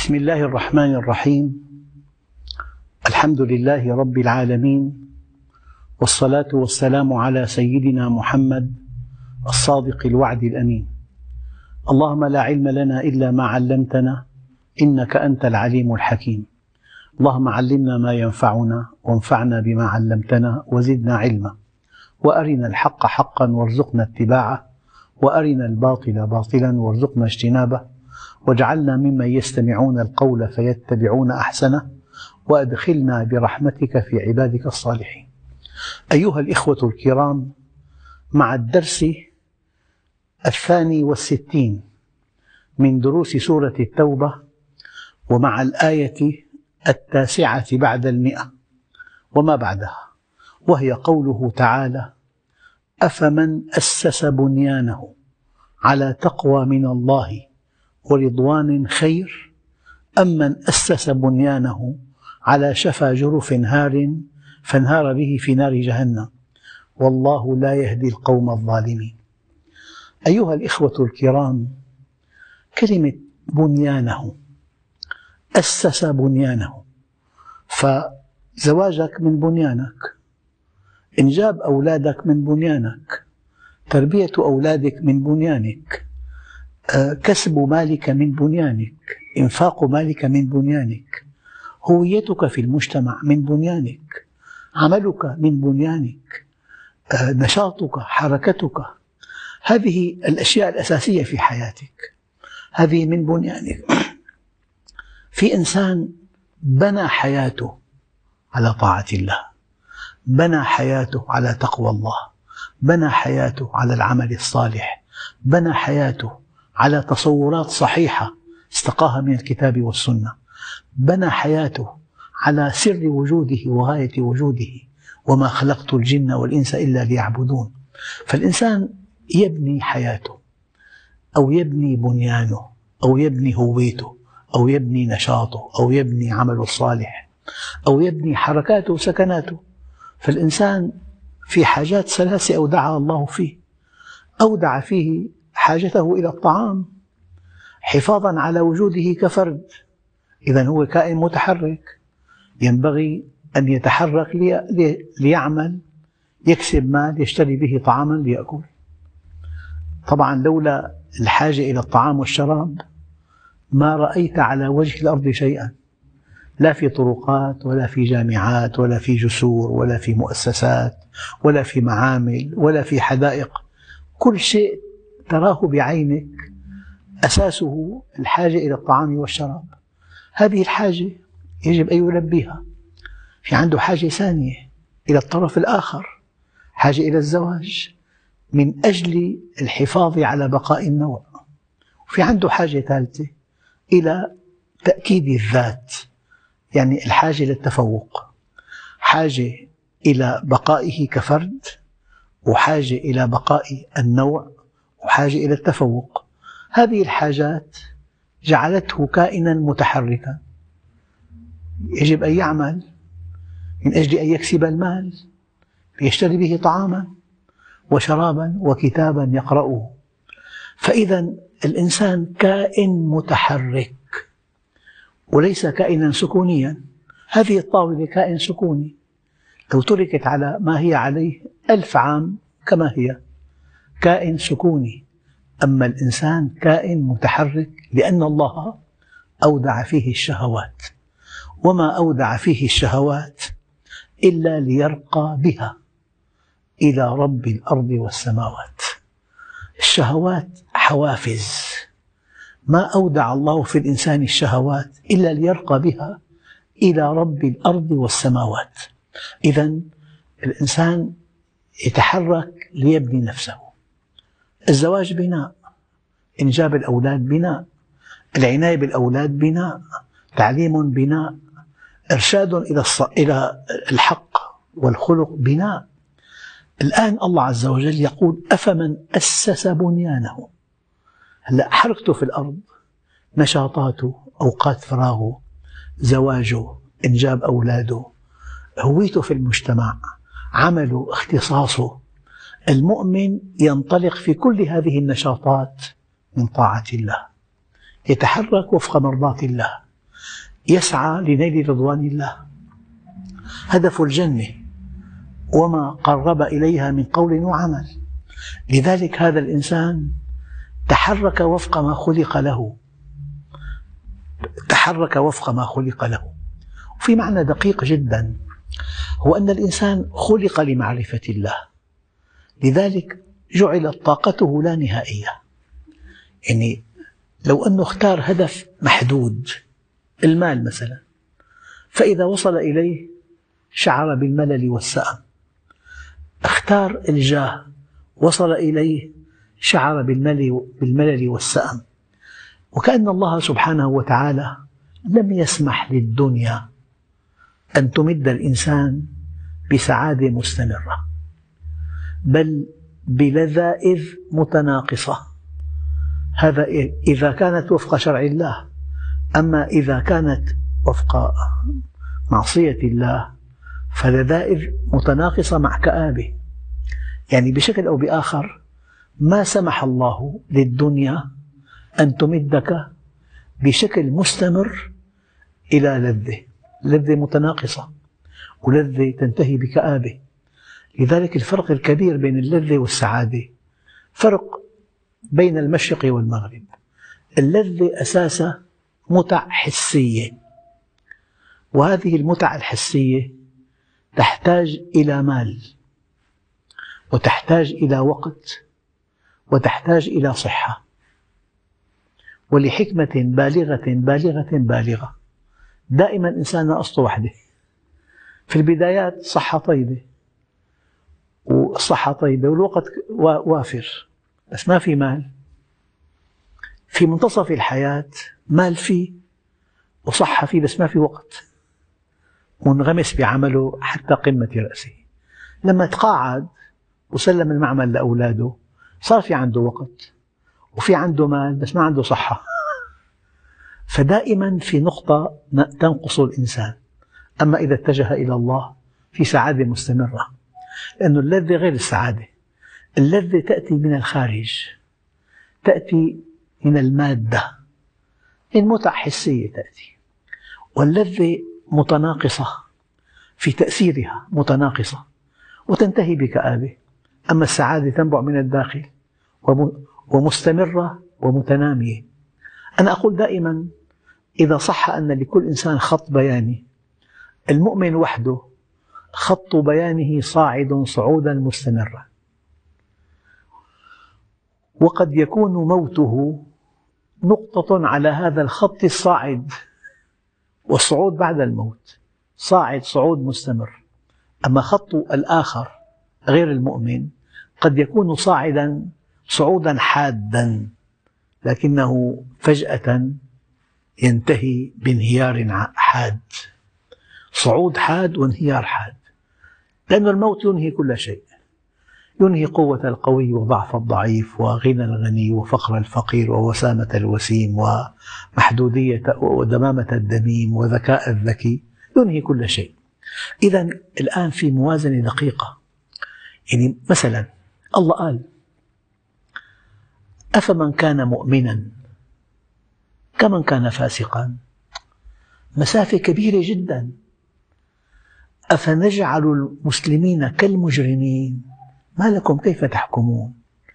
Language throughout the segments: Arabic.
بسم الله الرحمن الرحيم. الحمد لله رب العالمين، والصلاة والسلام على سيدنا محمد الصادق الوعد الأمين. اللهم لا علم لنا إلا ما علمتنا إنك أنت العليم الحكيم. اللهم علمنا ما ينفعنا وانفعنا بما علمتنا وزدنا علما، وأرنا الحق حقا وارزقنا اتباعه، وأرنا الباطل باطلا وارزقنا اجتنابه، واجعلنا ممن يستمعون القول فيتبعون أحسنه، وأدخلنا برحمتك في عبادك الصالحين. أيها الإخوة الكرام، مع الدرس 62 من دروس سورة التوبة، ومع الآية 9 بعد 100 وما بعدها، وهي قوله تعالى: أفمن أسس بنيانه على تقوى من الله ورضوان خير أم من أسس بنيانه على شفا جرف هار فانهار به في نار جهنم والله لا يهدي القوم الظالمين. أيها الإخوة الكرام، كلمة بنيانه، أسس بنيانه، فزواجك من بنيانك، إنجاب أولادك من بنيانك، تربية أولادك من بنيانك، كسب مالك من بنيانك، إنفاق مالك من بنيانك، هويتك في المجتمع من بنيانك، عملك من بنيانك، نشاطك، حركتك، هذه الأشياء الأساسية في حياتك، هذه من بنيانك. في إنسان بنى حياته على طاعة الله، بنى حياته على تقوى الله، بنى حياته على العمل الصالح، بنى حياته على تصورات صحيحة استقاها من الكتاب والسنة، بنى حياته على سر وجوده وغاية وجوده: وما خلقت الجن والإنس إلا ليعبدون. فالإنسان يبني حياته، أو يبني بنيانه، أو يبني هويته، أو يبني نشاطه، أو يبني عمله الصالح، أو يبني حركاته وسكناته. فالإنسان في حاجات ثلاثة أودعها الله فيه: أودع فيه حاجته إلى الطعام حفاظا على وجوده كفرد، إذن هو كائن متحرك، ينبغي أن يتحرك ليعمل، يكسب مال يشتري به طعاما ليأكل. طبعا لولا الحاجة إلى الطعام والشراب ما رأيت على وجه الأرض شيئا، لا في طرقات ولا في جامعات ولا في جسور ولا في مؤسسات ولا في معامل ولا في حدائق. كل شيء تراه بعينك أساسه الحاجة إلى الطعام والشراب. هذه الحاجة يجب أن يلبيها. في عنده حاجة ثانية إلى الطرف الآخر، حاجة إلى الزواج من أجل الحفاظ على بقاء النوع. وفي عنده حاجة ثالثة إلى تأكيد الذات، يعني الحاجة للتفوق، حاجة إلى بقائه كفرد، وحاجة إلى بقاء النوع، وحاجة إلى التفوق. هذه الحاجات جعلته كائنا متحركا، يجب أن يعمل من أجل أن يكسب المال ليشتري به طعاما وشرابا وكتابا يقرأه. فإذا الإنسان كائن متحرك وليس كائنا سكونيا. هذه الطاولة كائن سكوني، لو تركت على ما هي عليه 1000 عام كما هي، كائن سكوني. أما الإنسان كائن متحرك لأن الله أودع فيه الشهوات، وما أودع فيه الشهوات إلا ليرقى بها إلى رب الأرض والسماوات. الشهوات حوافز، ما أودع الله في الإنسان الشهوات إلا ليرقى بها إلى رب الأرض والسماوات. إذن الإنسان يتحرك ليبني نفسه. الزواج بناء، إنجاب الأولاد بناء، العناية بالأولاد بناء، تعليم بناء، إرشاد إلى الحق والخلق بناء. الآن الله عز وجل يقول: أفمن أسس بنيانه. هلأ حركته في الأرض، نشاطاته، أوقات فراغه، زواجه، إنجاب أولاده، هويته في المجتمع، عمله، اختصاصه. المؤمن ينطلق في كل هذه النشاطات من طاعة الله، يتحرك وفق مرضاة الله، يسعى لنيل رضوان الله، هدف الجنة وما قرب إليها من قول وعمل. لذلك هذا الإنسان تحرك وفق ما خلق له، تحرك وفق ما خلق له. وفي معنى دقيق جدا، هو أن الإنسان خلق لمعرفة الله، لذلك جعلت طاقته لا نهائية. يعني لو أنه اختار هدف محدود، المال مثلا، فإذا وصل إليه شعر بالملل والسأم. اختار الجاه، وصل إليه شعر بالملل والسأم. وكأن الله سبحانه وتعالى لم يسمح للدنيا أن تمد الإنسان بسعادة مستمرة، بل بلذائذ متناقصة. هذا إذا كانت وفق شرع الله. أما إذا كانت وفق معصية الله فلذائذ متناقصة مع كآبة. يعني بشكل أو بآخر ما سمح الله للدنيا أن تمدك بشكل مستمر إلى لذة متناقصة، ولذة تنتهي بكآبة. لذلك الفرق الكبير بين اللذة والسعادة فرق بين المشرق والمغرب. اللذة أساسها متع حسية، وهذه المتع الحسية تحتاج إلى مال، وتحتاج إلى وقت، وتحتاج إلى صحة. ولحكمة بالغة بالغة بالغة دائما إنسان أصله وحده. في البدايات صحة طيبة، والصحة طيبة والوقت وافر، بس ما في مال. في منتصف الحياة مال فيه وصحة فيه، بس ما في وقت، منغمس بعمله حتى قمة رأسه. لما تقاعد وسلم المعمل لأولاده صار في عنده وقت وفي عنده مال، بس ما عنده صحة. فدائما في نقطة تنقص الإنسان. أما إذا اتجه إلى الله في سعادة مستمرة، لأن اللذة غير السعادة. اللذة تأتي من الخارج، تأتي من المادة، من متع حسية تأتي. واللذة متناقصة في تأثيرها، متناقصة وتنتهي بكآبة. أما السعادة تنبع من الداخل ومستمرة ومتنامية. أنا أقول دائما إذا صح أن لكل إنسان خط بياني، المؤمن وحده خط بيانه صاعد صعودا مستمرا، وقد يكون موته نقطة على هذا الخط الصاعد، والصعود بعد الموت صاعد صعود مستمر. أما خط الآخر غير المؤمن قد يكون صاعدا صعودا حادا، لكنه فجأة ينتهي بانهيار حاد. صعود حاد وانهيار حاد، لأن الموت ينهي كل شيء، ينهي قوة القوي وضعف الضعيف، وغنى الغني وفقر الفقير، ووسامة الوسيم، ومحدودية ودمامة الدميم، وذكاء الذكي، ينهي كل شيء. إذا الآن في موازنة دقيقة. يعني مثلا الله قال: أفمن كان مؤمنا كمن كان فاسقا. مسافة كبيرة جدا. أفنجعل المسلمين كالمجرمين ما لكم كيف تحكمون.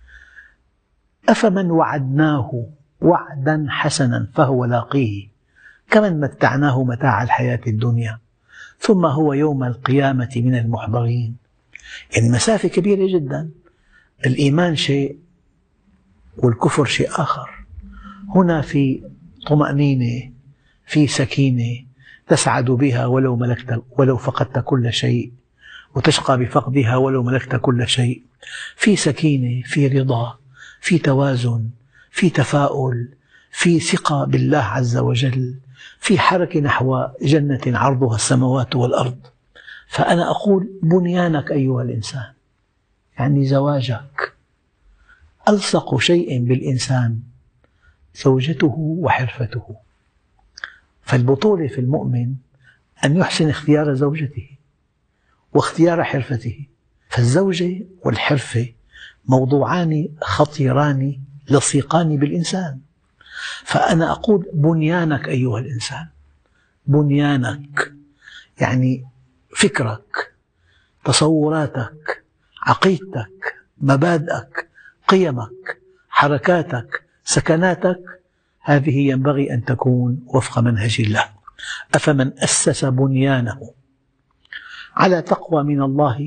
أفمن وعدناه وعدا حسنا فهو لاقيه كمن متعناه متاع الحياة الدنيا ثم هو يوم القيامة من المحضرين. يعني مسافة كبيرة جدا. الإيمان شيء والكفر شيء آخر. هنا في طمأنينة، في سكينة تسعد بها ولو فقدت كل شيء، وتشقى بفقدها ولو ملكت كل شيء. في سكينة، في رضا، في توازن، في تفاؤل، في ثقة بالله عز وجل، في حركة نحو جنة عرضها السماوات والأرض. فأنا أقول بنيانك أيها الإنسان، يعني زواجك. ألصق شيء بالإنسان زوجته وحرفته. فالبطولة في المؤمن أن يحسن اختيار زوجته واختيار حرفته. فالزوجة والحرفة موضوعان خطيران لصيقان بالإنسان. فأنا أقول بنيانك أيها الإنسان، بنيانك، يعني فكرك، تصوراتك، عقيدتك، مبادئك، قيمك، حركاتك، سكناتك، هذه ينبغي أن تكون وفق منهج الله. أفمن أسس بنيانه على تقوى من الله.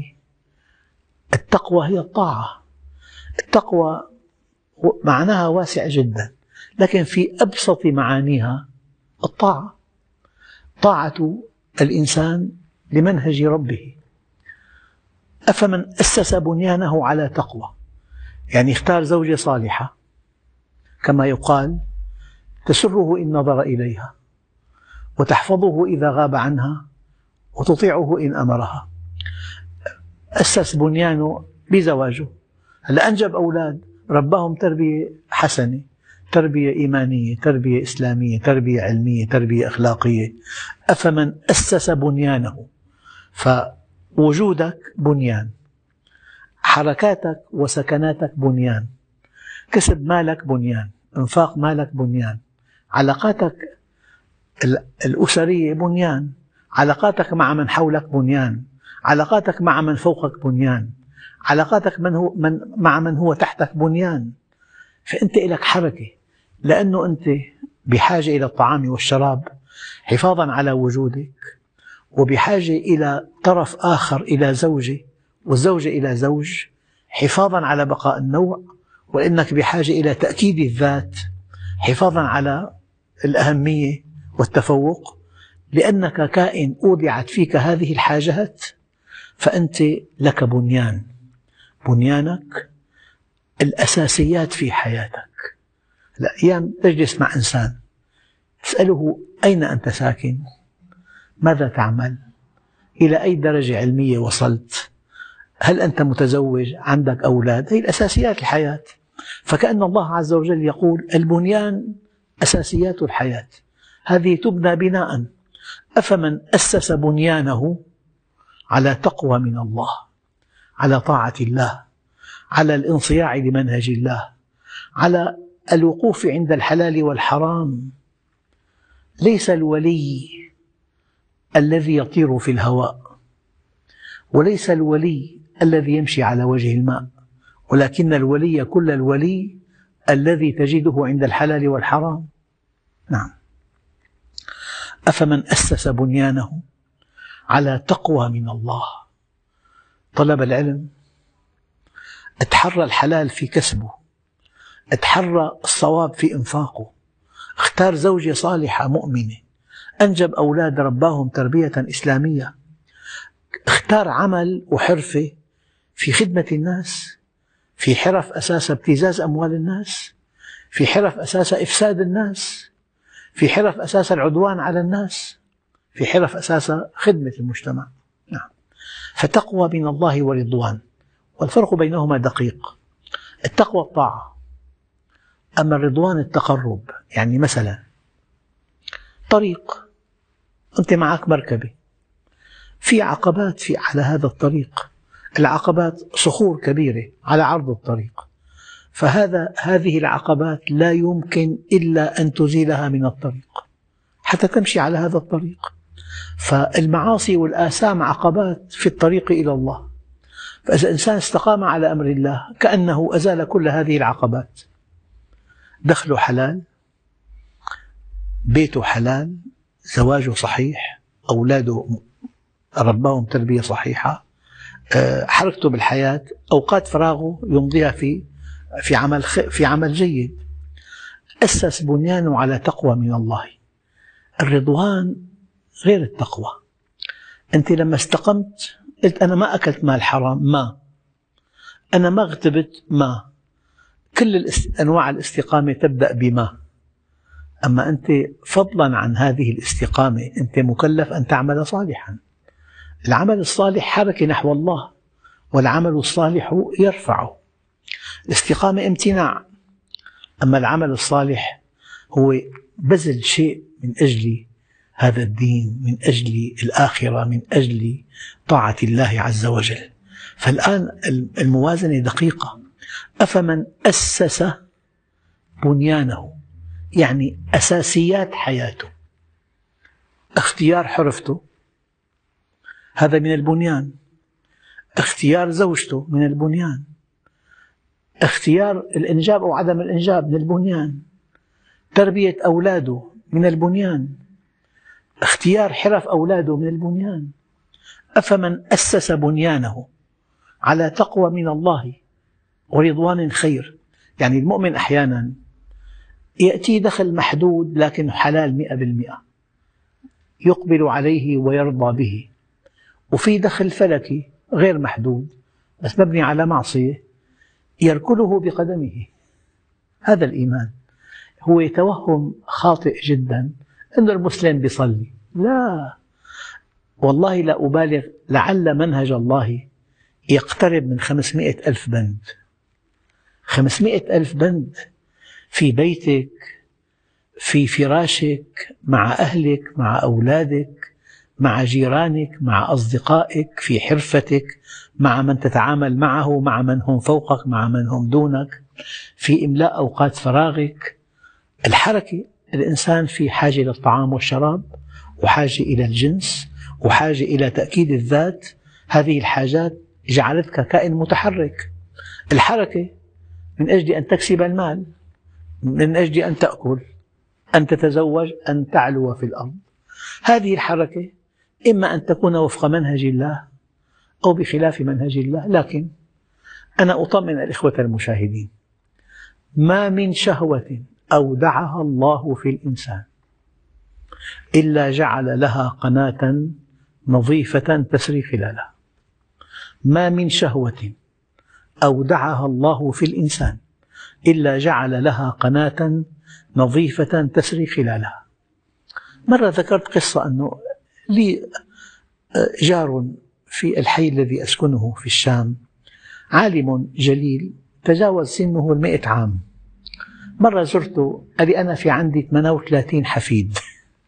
التقوى هي الطاعة. التقوى معناها واسع جدا، لكن في أبسط معانيها الطاعة، طاعة الإنسان لمنهج ربه. أفمن أسس بنيانه على تقوى، يعني اختار زوجة صالحة كما يقال تسره إن نظر إليها، وتحفظه إذا غاب عنها، وتطيعه إن أمرها. أسس بنيانه بزواجه، هلا أنجب أولاد، رباهم تربية حسنة، تربية إيمانية، تربية إسلامية، تربية علمية، تربية أخلاقية. أفمن أسس بنيانه، فوجودك بنيان، حركاتك وسكناتك بنيان، كسب مالك بنيان، انفاق مالك بنيان، علاقاتك الأسرية بنيان، علاقاتك مع من حولك بنيان، علاقاتك مع من فوقك بنيان، علاقاتك مع من هو تحتك بنيان. فأنت لك حركة، لأنه أنت بحاجة إلى الطعام والشراب حفاظا على وجودك، وبحاجة إلى طرف آخر، إلى زوجة، والزوجة إلى زوج حفاظا على بقاء النوع، وإنك بحاجة إلى تأكيد الذات حفاظا على الأهمية والتفوق. لأنك كائن أودعت فيك هذه الحاجات، فأنت لك بنيان، بنيانك الأساسيات في حياتك. أيام تجلس مع إنسان تسأله أين أنت ساكن؟ ماذا تعمل؟ إلى أي درجة علمية وصلت؟ هل أنت متزوج؟ عندك أولاد؟ هذه الأساسيات الحياة. فكأن الله عز وجل يقول البنيان أساسيات الحياة، هذه تبنى بناء. أفمن أسس بنيانه على تقوى من الله، على طاعة الله، على الانصياع لمنهج الله، على الوقوف عند الحلال والحرام. ليس الولي الذي يطير في الهواء، وليس الولي الذي يمشي على وجه الماء، ولكن الولي كل الولي الذي تجده عند الحلال والحرام. نعم. أفمن أسس بنيانه على تقوى من الله، طلب العلم، اتحرى الحلال في كسبه، اتحرى الصواب في إنفاقه، اختار زوجة صالحة مؤمنة، أنجب أولاد رباهم تربية إسلامية، اختار عمل وحرفة في خدمة الناس، في حرف أساس ابتزاز أموال الناس، في حرف أساس إفساد الناس، في حرف أساس العدوان على الناس، في حرف أساس خدمة المجتمع. نعم. فتقوى من الله ورضوان، والفرق بينهما دقيق. التقوى الطاعة، أما الرضوان التقرب. يعني مثلا طريق، أنت معك مركبة، في عقبات على هذا الطريق، العقبات صخور كبيرة على عرض الطريق، هذه العقبات لا يمكن إلا أن تزيلها من الطريق حتى تمشي على هذا الطريق. فالمعاصي والآثام عقبات في الطريق إلى الله، فإذا إنسان استقام على أمر الله كأنه أزال كل هذه العقبات. دخله حلال، بيته حلال، زواجه صحيح، أولاده رباهم تربية صحيحة، حركته بالحياة، أوقات فراغه يمضيها في عمل جيد. أسس بنيانه على تقوى من الله. الرضوان غير التقوى. أنت لما استقمت قلت أنا ما أكلت مال حرام، ما أنا ما اغتبت، ما كل أنواع الاستقامة تبدأ بما. أما أنت فضلا عن هذه الاستقامة أنت مكلف أن تعمل صالحا. العمل الصالح حركة نحو الله، والعمل الصالح يرفعه. الاستقامة امتناع، أما العمل الصالح هو بذل شيء من أجل هذا الدين، من أجل الآخرة، من أجل طاعة الله عز وجل. فالآن الموازنة دقيقة. أفمن أسس بنيانه، يعني أساسيات حياته. اختيار حرفته هذا من البنيان، اختيار زوجته من البنيان، اختيار الإنجاب أو عدم الإنجاب من البنيان، تربية أولاده من البنيان، اختيار حرف أولاده من البنيان. أفمن أسس بنيانه على تقوى من الله ورضوان خير. يعني المؤمن أحيانا يأتي دخل محدود لكن حلال 100%، يقبل عليه ويرضى به، وفي دخل فلكي غير محدود بس مبني على معصية يركله بقدمه. هذا الإيمان. هو توهم خاطئ جدا أن المسلم بيصلي، لا والله لا أبالغ، لعل منهج الله يقترب من 500 ألف بند. 500 ألف بند في بيتك، في فراشك، مع أهلك، مع أولادك، مع جيرانك، مع أصدقائك، في حرفتك، مع من تتعامل معه، مع من هم فوقك، مع من هم دونك، في إملاء أوقات فراغك. الحركة، الإنسان في حاجة للطعام والشراب، وحاجة إلى الجنس، وحاجة إلى تأكيد الذات. هذه الحاجات جعلتك كائن متحرك. الحركة من أجل أن تكسب المال، من أجل أن تأكل، أن تتزوج، أن تعلو في الأرض. هذه الحركة إما أن تكون وفق منهج الله أو بخلاف منهج الله. لكن أنا أطمئن الإخوة المشاهدين، ما من شهوة أودعها الله في الإنسان إلا جعل لها قناة نظيفة تسري خلالها. ما من شهوة أودعها الله في الإنسان إلا جعل لها قناة نظيفة تسري خلالها. مرة ذكرت قصة أنه لي جار في الحي الذي أسكنه في الشام، عالم جليل تجاوز سنه 100 عام. مرة زرته قال لي أنا في عندي 38 حفيد.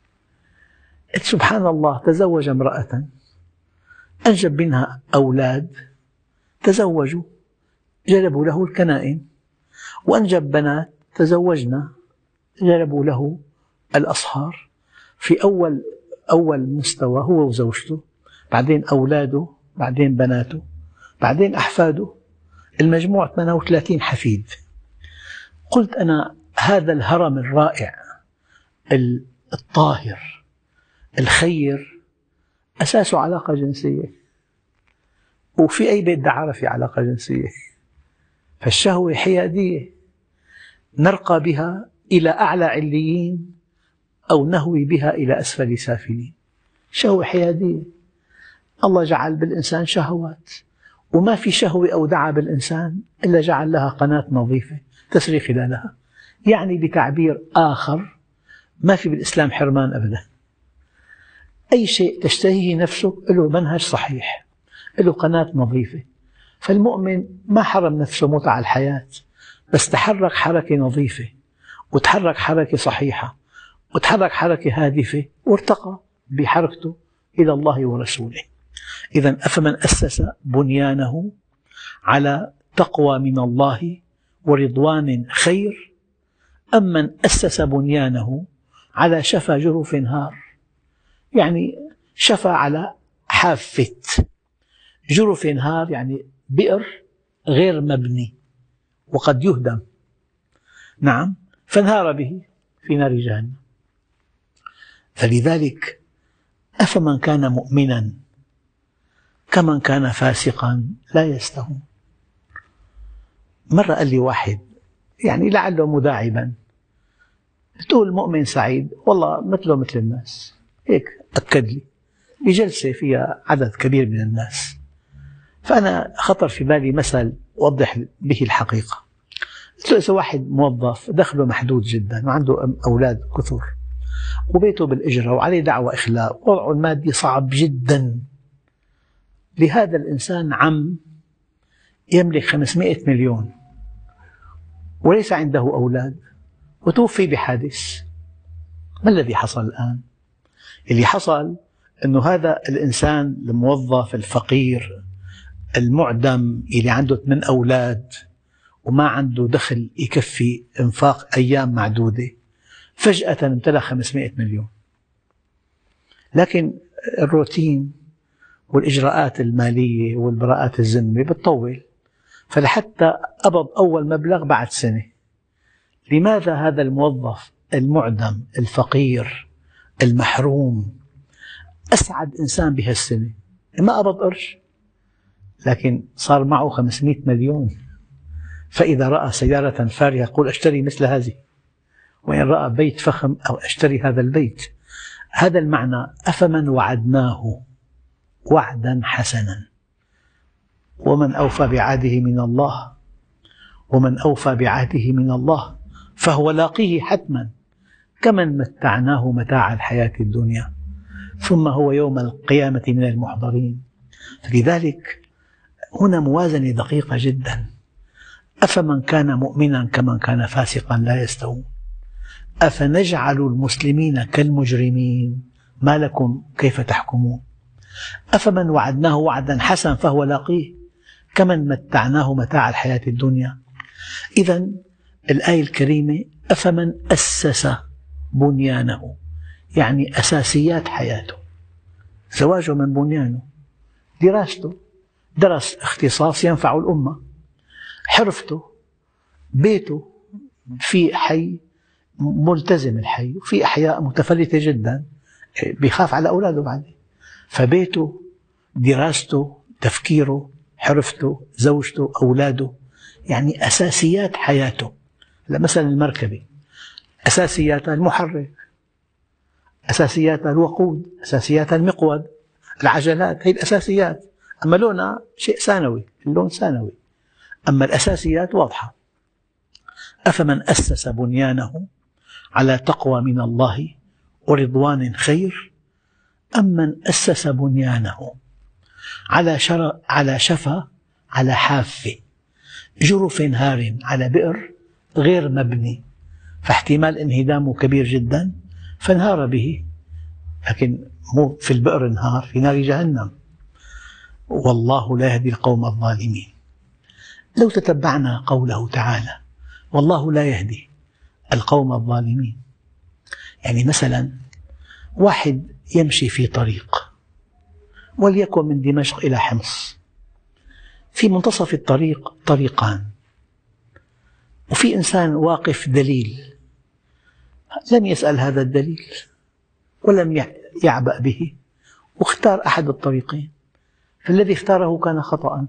سبحان الله، تزوج امرأة، أنجب منها أولاد، تزوجوا، جلبوا له الكنائن، وأنجب بنات، تزوجنا، جلبوا له الأصهار. في أول مستوى هو وزوجته، بعدين أولاده، بعدين بناته، بعدين أحفاده، المجموع 38 حفيد. قلت أنا هذا الهرم الرائع الطاهر الخير أساسه علاقة جنسية، وفي أي بيت دعارة في علاقة جنسية؟ فالشهوة حيادية، نرقى بها إلى أعلى عليين أو نهوي بها إلى أسفل سافلين. شهوة حيادية. الله جعل بالإنسان شهوات، وما في شهوة أودع بالإنسان إلا جعل لها قناة نظيفة تسري خلالها. يعني بتعبير آخر، ما في بالإسلام حرمان أبدا. أي شيء تشتهيه نفسك له منهج صحيح، له قناة نظيفة. فالمؤمن ما حرم نفسه متع الحياة، بس تحرك حركة نظيفة، وتحرك حركة صحيحة، وتحرك حركة هادفة، وارتقى بحركته إلى الله ورسوله. إذن أفمن أسس بنيانه على تقوى من الله ورضوان خير، أم من أسس بنيانه على شفا جرف هار. يعني شفا على حافة، جرف هار يعني بئر غير مبني وقد يهدم، نعم، فانهار به في نار جهنم. فلذلك أفمن كان مؤمنا كمن كان فاسقا لا يستوون. مرة قال لي واحد، يعني لعله مداعبا، تقول المؤمن سعيد، والله مثله مثل الناس. هيك أكد لي بجلسة فيها عدد كبير من الناس. فأنا خطر في بالي مثل أوضح به الحقيقة. قلت له إذا واحد موظف دخله محدود جدا وعنده أولاد كثر وبيته بالإجرة وعليه دعوى إخلاء، وضعه المادي صعب جدا، لهذا الإنسان عم يملك 500 مليون وليس عنده أولاد وتوفي بحادث، ما الذي حصل الآن؟ اللي حصل أنه هذا الإنسان الموظف الفقير المعدم اللي عنده 8 أولاد وما عنده دخل يكفي إنفاق أيام معدودة، فجأة امتلك 500 مليون. لكن الروتين والإجراءات المالية والبراءات الذمة بتطول، فلحتى قبض أول مبلغ بعد سنة. لماذا هذا الموظف المعدم الفقير المحروم أسعد إنسان بهالسنة ما قبض قرش، لكن صار معه 500 مليون، فإذا رأى سيارة فارهة يقول أشتري مثل هذه، وإن رأى بيت فخم أو أشتري هذا البيت. هذا المعنى: أفمن وعدناه وعدا حسنا ومن أوفى بعهده من الله ومن أوفى بعهده من الله فهو لاقيه حتما كمن متعناه متاع الحياة الدنيا ثم هو يوم القيامة من المحضرين. فلذلك هنا موازنة دقيقة جدا. أفمن كان مؤمنا كمن كان فاسقا لا يستوون أفنجعل المسلمين كالمجرمين ما لكم كيف تحكمون أفمن وعدناه وعدا حسنا فهو لاقيه كمن متعناه متاع الحياة الدنيا. إذن الآية الكريمة: أفمن أسس بنيانه، يعني أساسيات حياته، زواجه من بنيانه، دراسته، درس اختصاص ينفع الأمة، حرفته، بيته، في حي ملتزم الحي وفي أحياء متفلتة جدا بيخاف على أولاده بعدين، فبيته، دراسته، تفكيره، حرفته، زوجته، أولاده، يعني أساسيات حياته. مثلا المركبة أساسياتها المحرك، أساسياتها الوقود، أساسياتها المقود، العجلات، هي الأساسيات. أما لونها شيء ثانوي، اللون ثانوي، أما الأساسيات واضحة. أفمن أسس بنيانه على تقوى من الله ورضوان خير أم من أسس بنيانه على شفا، على حافة جرف هار، على بئر غير مبني، فاحتمال انهدامه كبير جدا فانهار به، لكن مو في البئر انهار، في نار جهنم. والله لا يهدي القوم الظالمين. لو تتبعنا قوله تعالى: والله لا يهدي القوم الظالمين، يعني مثلا واحد يمشي في طريق، وليكن من دمشق إلى حمص، في منتصف الطريق طريقان، وفي إنسان واقف دليل لم يسأل هذا الدليل ولم يعبأ به واختار أحد الطريقين، فالذي اختاره كان خطأ.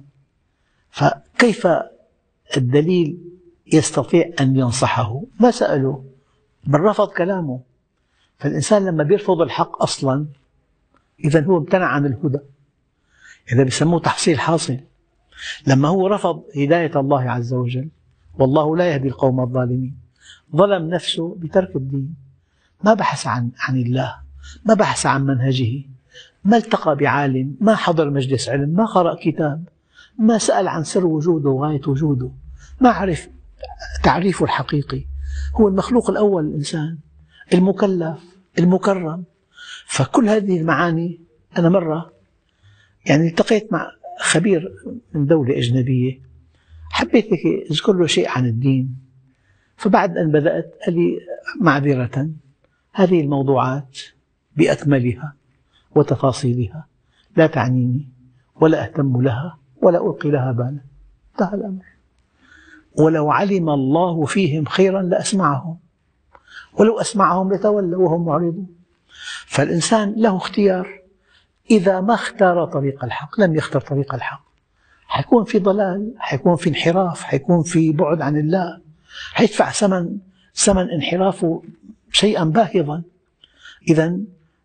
فكيف الدليل يستطيع أن ينصحه؟ ما سأله بل رفض كلامه. فالإنسان لما يرفض الحق أصلا إذن هو امتنع عن الهدى، إذا بيسموه تحصيل حاصل. لما هو رفض هداية الله عز وجل، والله لا يهدي القوم الظالمين، ظلم نفسه بترك الدين، ما بحث عن الله، ما بحث عن منهجه، ما التقى بعالم، ما حضر مجلس علم، ما قرأ كتاب، ما سأل عن سر وجوده وغاية وجوده، ما عرف تعريفه الحقيقي. هو المخلوق الأول، الإنسان المكلف المكرم. فكل هذه المعاني، أنا مرة التقيت مع خبير من دولة أجنبية، حبيت أذكر له شيء عن الدين، فبعد أن بدأت قال لي: معذرة، هذه الموضوعات بأكملها وتفاصيلها لا تعنيني ولا أهتم لها ولا ألقي لها بالا، انتهى الأمر. ولو علم الله فيهم خيرا لأسمعهم، ولو أسمعهم لتولوا وهم معرضون. فالإنسان له اختيار، إذا ما اختار طريق الحق، لم يختر طريق الحق، حيكون في ضلال، حيكون في انحراف، حيكون في بعد عن الله، حيدفع ثمن انحرافه شيئا باهظا. إذن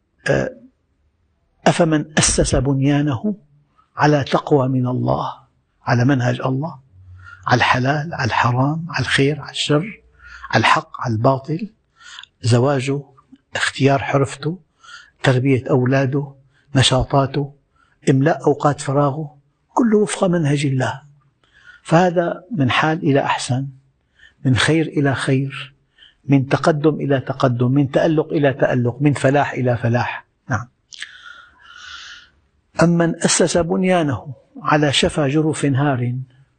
أفمن أسس بنيانه على تقوى من الله، على منهج الله، على الحلال، على الحرام، على الخير، على الشر، على الحق، على الباطل، زواجه، اختيار حرفته، تربية أولاده، نشاطاته، إملاء أوقات فراغه، كله وفق منهج الله. فهذا من حال إلى أحسن، من خير إلى خير، من تقدم إلى تقدم، من تألق إلى تألق، من فلاح إلى فلاح. نعم. أمن أسس بنيانه على شفا جرف هار،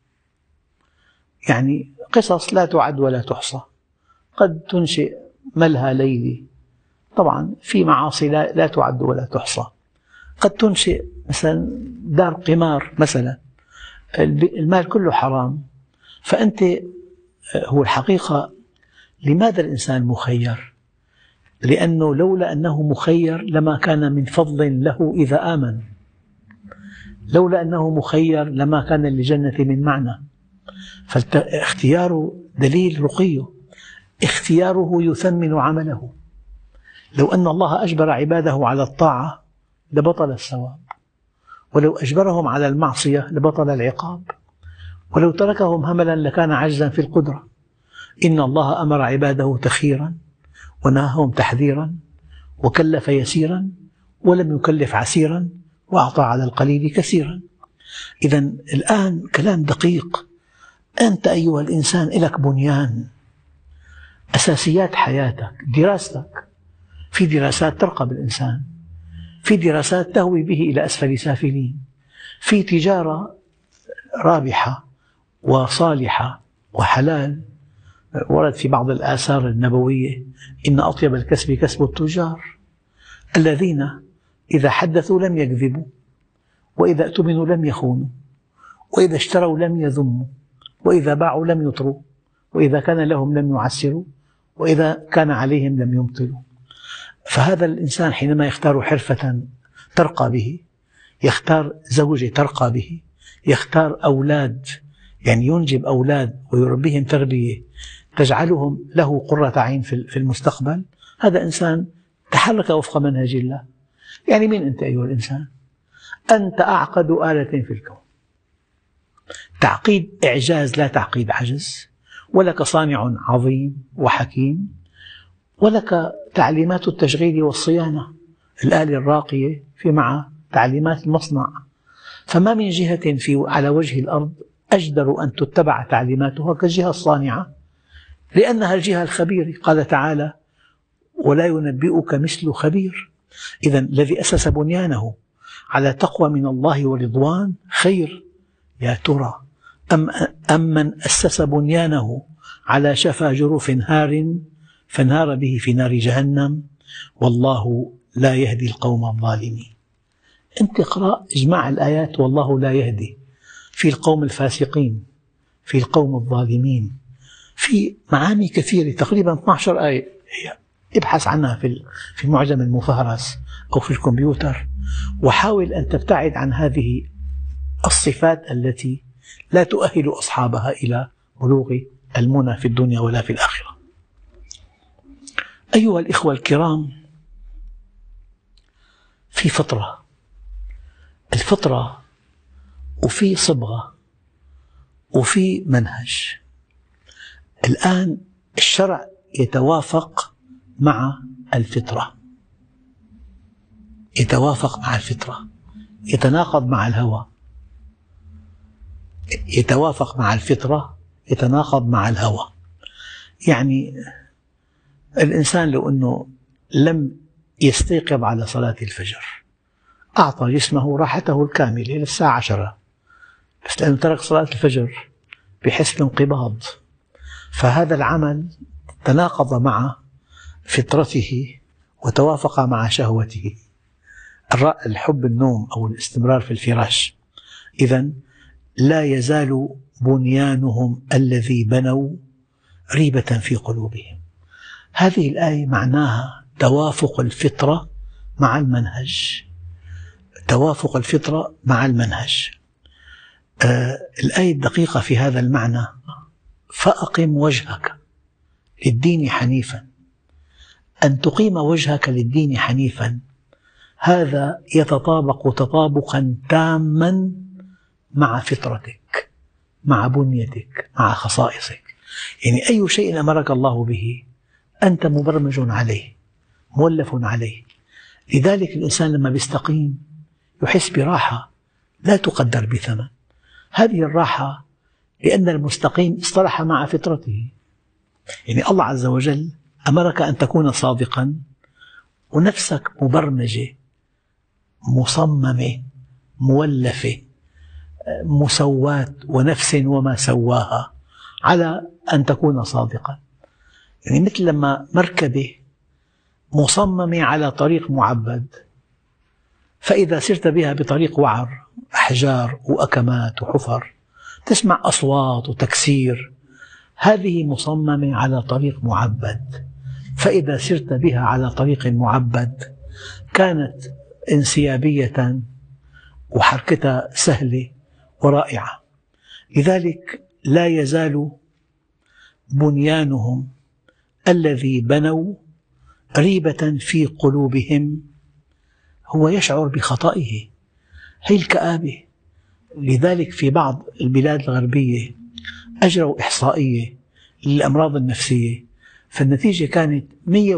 يعني قصص لا تعد ولا تحصى. قد تنشئ ملهى ليلي، طبعا في معاصي لا تعد ولا تحصى. قد تنشئ مثلا دار قمار مثلا، المال كله حرام. فأنت هو الحقيقة لماذا الإنسان مخير؟ لأنه لولا أنه مخير لما كان من فضل له إذا آمن، لولا أنه مخير لما كان للجنة من معنى. فاختياره دليل رقيه، اختياره يثمن عمله. لو أن الله أجبر عباده على الطاعة لبطل الثواب، ولو أجبرهم على المعصية لبطل العقاب، ولو تركهم هملا لكان عجزا في القدرة. إن الله أمر عباده تخييرا ونهاهم تحذيرا، وكلف يسيرا ولم يكلف عسيرا، وأعطى على القليل كثيرا. إذا الآن كلام دقيق. أنت أيها الإنسان لك بنيان، أساسيات حياتك، دراستك. في دراسات ترقى بالإنسان، في دراسات تهوي به إلى أسفل سافلين، في تجارة رابحة وصالحة وحلال. ورد في بعض الآثار النبوية: إن أطيب الكسب كسب التجار الذين إذا حدثوا لم يكذبوا، وإذا اؤتمنوا لم يخونوا، وإذا اشتروا لم يذموا، وإذا باعوا لم يطروا، وإذا كان لهم لم يعسروا، وإذا كان عليهم لم يمطلوا. فهذا الإنسان حينما يختار حرفة ترقى به، يختار زوجة ترقى به، يختار أولاد، يعني ينجب أولاد ويربيهم تربية تجعلهم له قرة عين في المستقبل، هذا إنسان تحرك وفق منهج الله. يعني من أنت أيها الإنسان؟ أنت أعقد آلة في الكون، تعقيد إعجاز لا تعقيد عجز، ولك صانع عظيم وحكيم، ولك تعليمات التشغيل والصيانة، الآلة الراقية في مع تعليمات المصنع. فما من جهة على وجه الأرض أجدر أن تتبع تعليماتها كالجهة الصانعة، لأنها الجهة الخبيرة. قال تعالى: ولا ينبئك مثل خبير. إذا الذي أسس بنيانه على تقوى من الله ورضوان خير. يا ترى أم من أسس بنيانه على شفا جرف هار فانهار به في نار جهنم، والله لا يهدي القوم الظالمين. أنت اقرأ اجمع الآيات: والله لا يهدي، في القوم الفاسقين، في القوم الظالمين، في معاني كثيرة، تقريبا 12 آية. ابحث عنها في معجم المفهرس أو في الكمبيوتر، وحاول أن تبتعد عن هذه الصفات التي لا تؤهل أصحابها إلى بلوغ المنى في الدنيا ولا في الآخرة. أيها الإخوة الكرام، في فطرة، الفطرة وفي صبغة وفي منهج. الآن الشرع يتوافق مع الفطرة، يتوافق مع الفطرة، يتناقض مع الهوى، يتوافق مع الفطرة، يتناقض مع الهوى. يعني الإنسان لو أنه لم يستيقظ على صلاة الفجر أعطى جسمه راحته الكاملة للساعة 10، بس لأنه ترك صلاة الفجر بحس بانقباض، فهذا العمل تناقض مع فطرته وتوافق مع شهوته، الحب النوم أو الاستمرار في الفراش. إذن لا يزال بنيانهم الذي بنوا ريبة في قلوبهم. هذه الآية معناها توافق الفطرة مع المنهج، توافق الفطرة مع المنهج. الآية الدقيقة في هذا المعنى: فأقم وجهك للدين حنيفا. أن تقيم وجهك للدين حنيفا هذا يتطابق تطابقا تاما مع فطرتك، مع بنيتك، مع خصائصك. يعني أي شيء أمرك الله به أنت مبرمج عليه، مولف عليه. لذلك الإنسان لما يستقيم يحس براحة لا تقدر بثمن. هذه الراحة لأن المستقيم اصطلح مع فطرته. يعني الله عز وجل أمرك أن تكون صادقا، ونفسك مبرمجة مصممة مولفة مسواة، ونفس وما سواها، على أن تكون صادقا. يعني مثل لما مركبة مصممة على طريق معبد، فإذا سرت بها بطريق وعر، أحجار وأكمات وحفر، تسمع أصوات وتكسير، هذه مصممة على طريق معبد. فإذا سرت بها على طريق معبد كانت انسيابية وحركتها سهلة ورائعة. لذلك لا يزال بنيانهم الذي بنوا ريبة في قلوبهم، هو يشعر بخطئه، هي الكآبة. لذلك في بعض البلاد الغربية أجروا إحصائية للأمراض النفسية، فالنتيجة كانت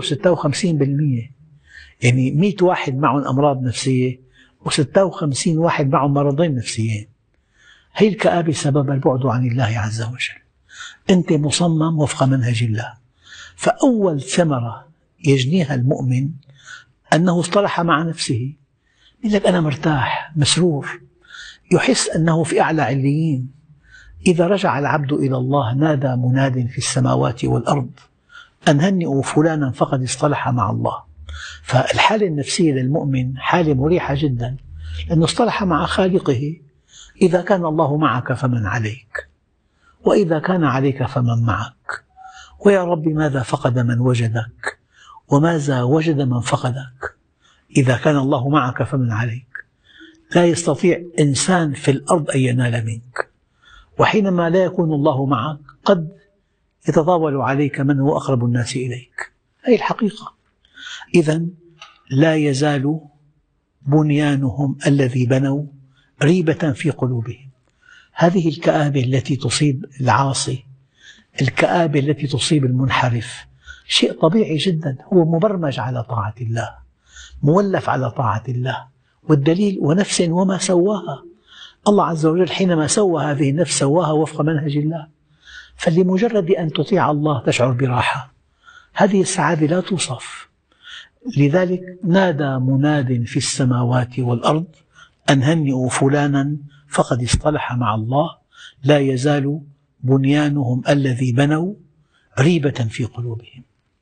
156%، يعني 100 واحد معهم أمراض نفسية و56 واحد معهم مرضين نفسيين. هي الكآبة سبب البعد عن الله عز وجل. أنت مصمم وفق منهج الله، فأول ثمرة يجنيها المؤمن أنه اصطلح مع نفسه، يقول لك أنا مرتاح مسرور، يحس أنه في أعلى عليين. إذا رجع العبد إلى الله نادى مناد في السماوات والأرض أن هنئوا فلانا فقد اصطلح مع الله. فالحالة النفسية للمؤمن حالة مريحة جدا، لأنه اصطلح مع خالقه. إذا كان الله معك فمن عليك، وإذا كان عليك فمن معك، ويا رب ماذا فقد من وجدك وماذا وجد من فقدك. إذا كان الله معك فمن عليك، لا يستطيع إنسان في الأرض أن ينال منك. وحينما لا يكون الله معك قد يتطاول عليك من هو أقرب الناس إليك، هذه الحقيقة. إذن لا يزال بنيانهم الذي بنوا ريبة في قلوبهم. هذه الكآبة التي تصيب العاصي، الكآبة التي تصيب المنحرف، شيء طبيعي جدا، هو مبرمج على طاعة الله، مولف على طاعة الله. والدليل ونفس وما سواها، الله عز وجل حينما سوى هذه النفس سواها وفق منهج الله، فلمجرد أن تطيع الله تشعر براحة. هذه السعادة لا توصف. لذلك نادى مناد في السماوات والأرض أن هنئوا فلانا فقد اصطلح مع الله، لا يزال بنيانهم الذي بنوا ريبة في قلوبهم.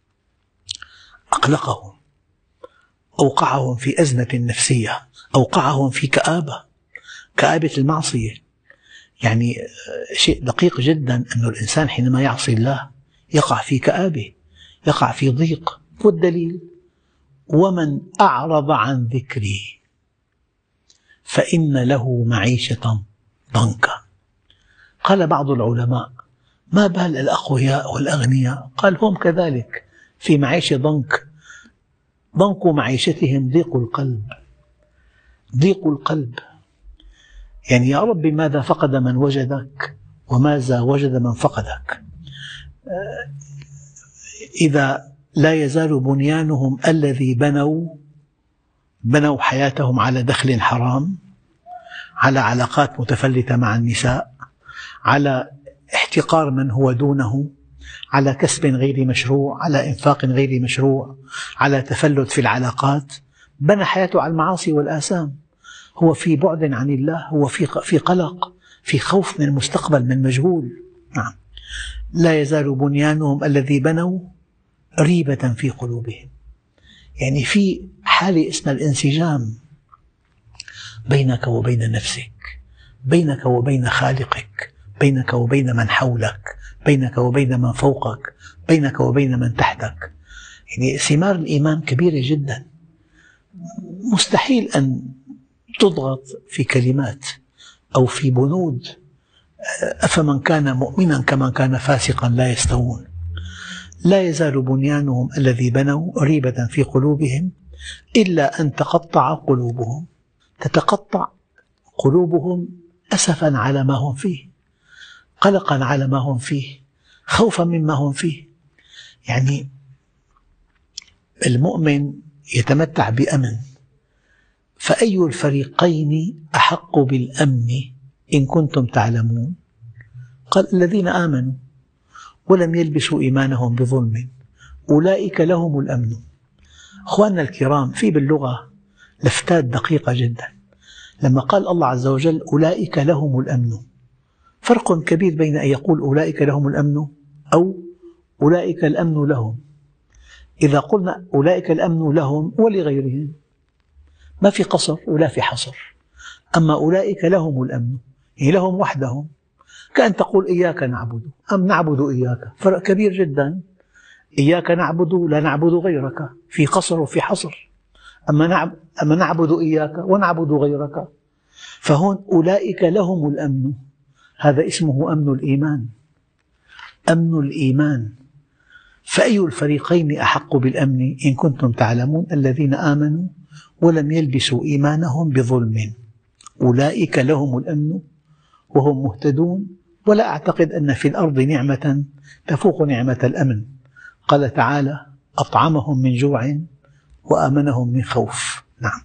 أقلقهم، أوقعهم في أزمة نفسية، أوقعهم في كآبة المعصية. يعني شيء دقيق جدا أن الإنسان حينما يعصي الله يقع في كآبة، يقع في ضيق. والدليل ومن أعرض عن ذكري فإن له معيشة ضنكا. قال بعض العلماء ما بال الأقوياء والأغنياء؟ قال هم كذلك في معيشة ضنك. ضنك معيشتهم ضيق القلب، ضيق القلب. يعني يا رب ماذا فقد من وجدك وماذا وجد من فقدك. إذا لا يزال بنيانهم الذي بنوا حياتهم على دخل حرام، على علاقات متفلتة مع النساء، على احتقار من هو دونه، على كسب غير مشروع، على إنفاق غير مشروع، على تفلت في العلاقات، بنى حياته على المعاصي والآثام. هو في بعد عن الله، هو في قلق، في خوف من المستقبل، من مجهول. نعم. لا يزال بنيانهم الذي بنوا ريبة في قلوبهم. يعني في حالة اسمها الانسجام بينك وبين نفسك، بينك وبين خالقك، بينك وبين من حولك، بينك وبين من فوقك، بينك وبين من تحتك. يعني ثمار الإيمان كبيرة جدا، مستحيل أن تضغط في كلمات أو في بنود. أفمن كان مؤمنا كمن كان فاسقا لا يستوون. لا يزال بنيانهم الذي بنوا ريبة في قلوبهم إلا أن تقطع قلوبهم. تتقطع قلوبهم أسفا على ما هم فيه، قلقا على ما هم فيه، خوفا مما هم فيه. يعني المؤمن يتمتع بأمن، فأي الفريقين أحق بالأمن إن كنتم تعلمون؟ قال الذين آمنوا ولم يلبسوا إيمانهم بظلم أولئك لهم الأمن. أخواننا الكرام، في باللغة لفتات دقيقة جدا. لما قال الله عز وجل أولئك لهم الأمن، فرق كبير بين أن يقول أولئك لهم الأمن أو أولئك الأمن لهم. إذا قلنا أولئك الأمن لهم ولغيرهم ما في قصر ولا في حصر. أما أولئك لهم الأمن يعني لهم وحدهم، كأن تقول إياك نعبد أم نعبد إياك، فرق كبير جدا. إياك نعبد لا نعبد غيرك، في قصر وفي حصر. أما نعبد إياك ونعبد غيرك. فهون أولئك لهم الأمن، هذا اسمه أمن الإيمان. أمن الإيمان. فأي الفريقين أحق بالأمن إن كنتم تعلمون الذين آمنوا ولم يلبسوا إيمانهم بظلم أولئك لهم الأمن وهم مهتدون. ولا أعتقد أن في الأرض نعمة تفوق نعمة الأمن. قال تعالى أطعمهم من جوع وآمنهم من خوف. نعم.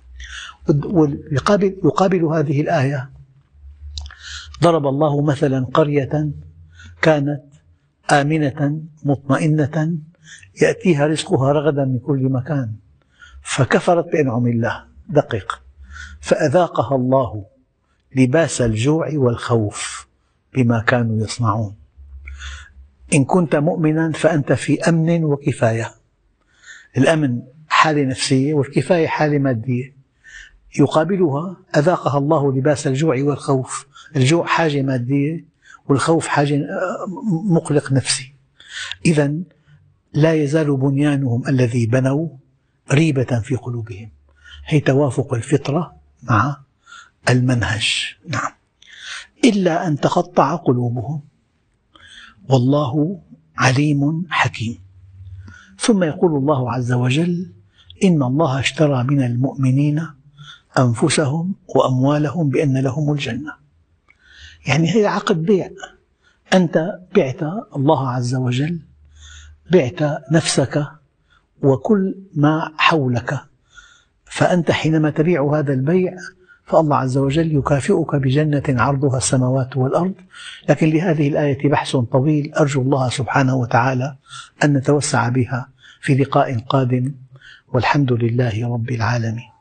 يقابل هذه الآية ضرب الله مثلا قرية كانت آمنة مطمئنة يأتيها رزقها رغدا من كل مكان فكفرت بأنعم الله. دقق. فأذاقها الله لباس الجوع والخوف بما كانوا يصنعون. إن كنت مؤمنا فأنت في أمن وكفاية. الأمن حالة نفسية والكفاية حالة مادية. يقابلها أذاقها الله لباس الجوع والخوف. الجوع حاجة مادية والخوف حاجة مقلق نفسي. إذن لا يزال بنيانهم الذي بنوا ريبة في قلوبهم، هي توافق الفطرة مع المنهج. نعم. إلا أن تقطع قلوبهم والله عليم حكيم. ثم يقول الله عز وجل إن الله اشترى من المؤمنين أنفسهم وأموالهم بأن لهم الجنة. يعني هي عقد بيع. أنت بعت الله عز وجل، بعت نفسك وكل ما حولك. فأنت حينما تبيع هذا البيع فالله عز وجل يكافئك بجنة عرضها السماوات والأرض. لكن لهذه الآية بحث طويل، أرجو الله سبحانه وتعالى أن نتوسع بها في لقاء قادم، والحمد لله رب العالمين.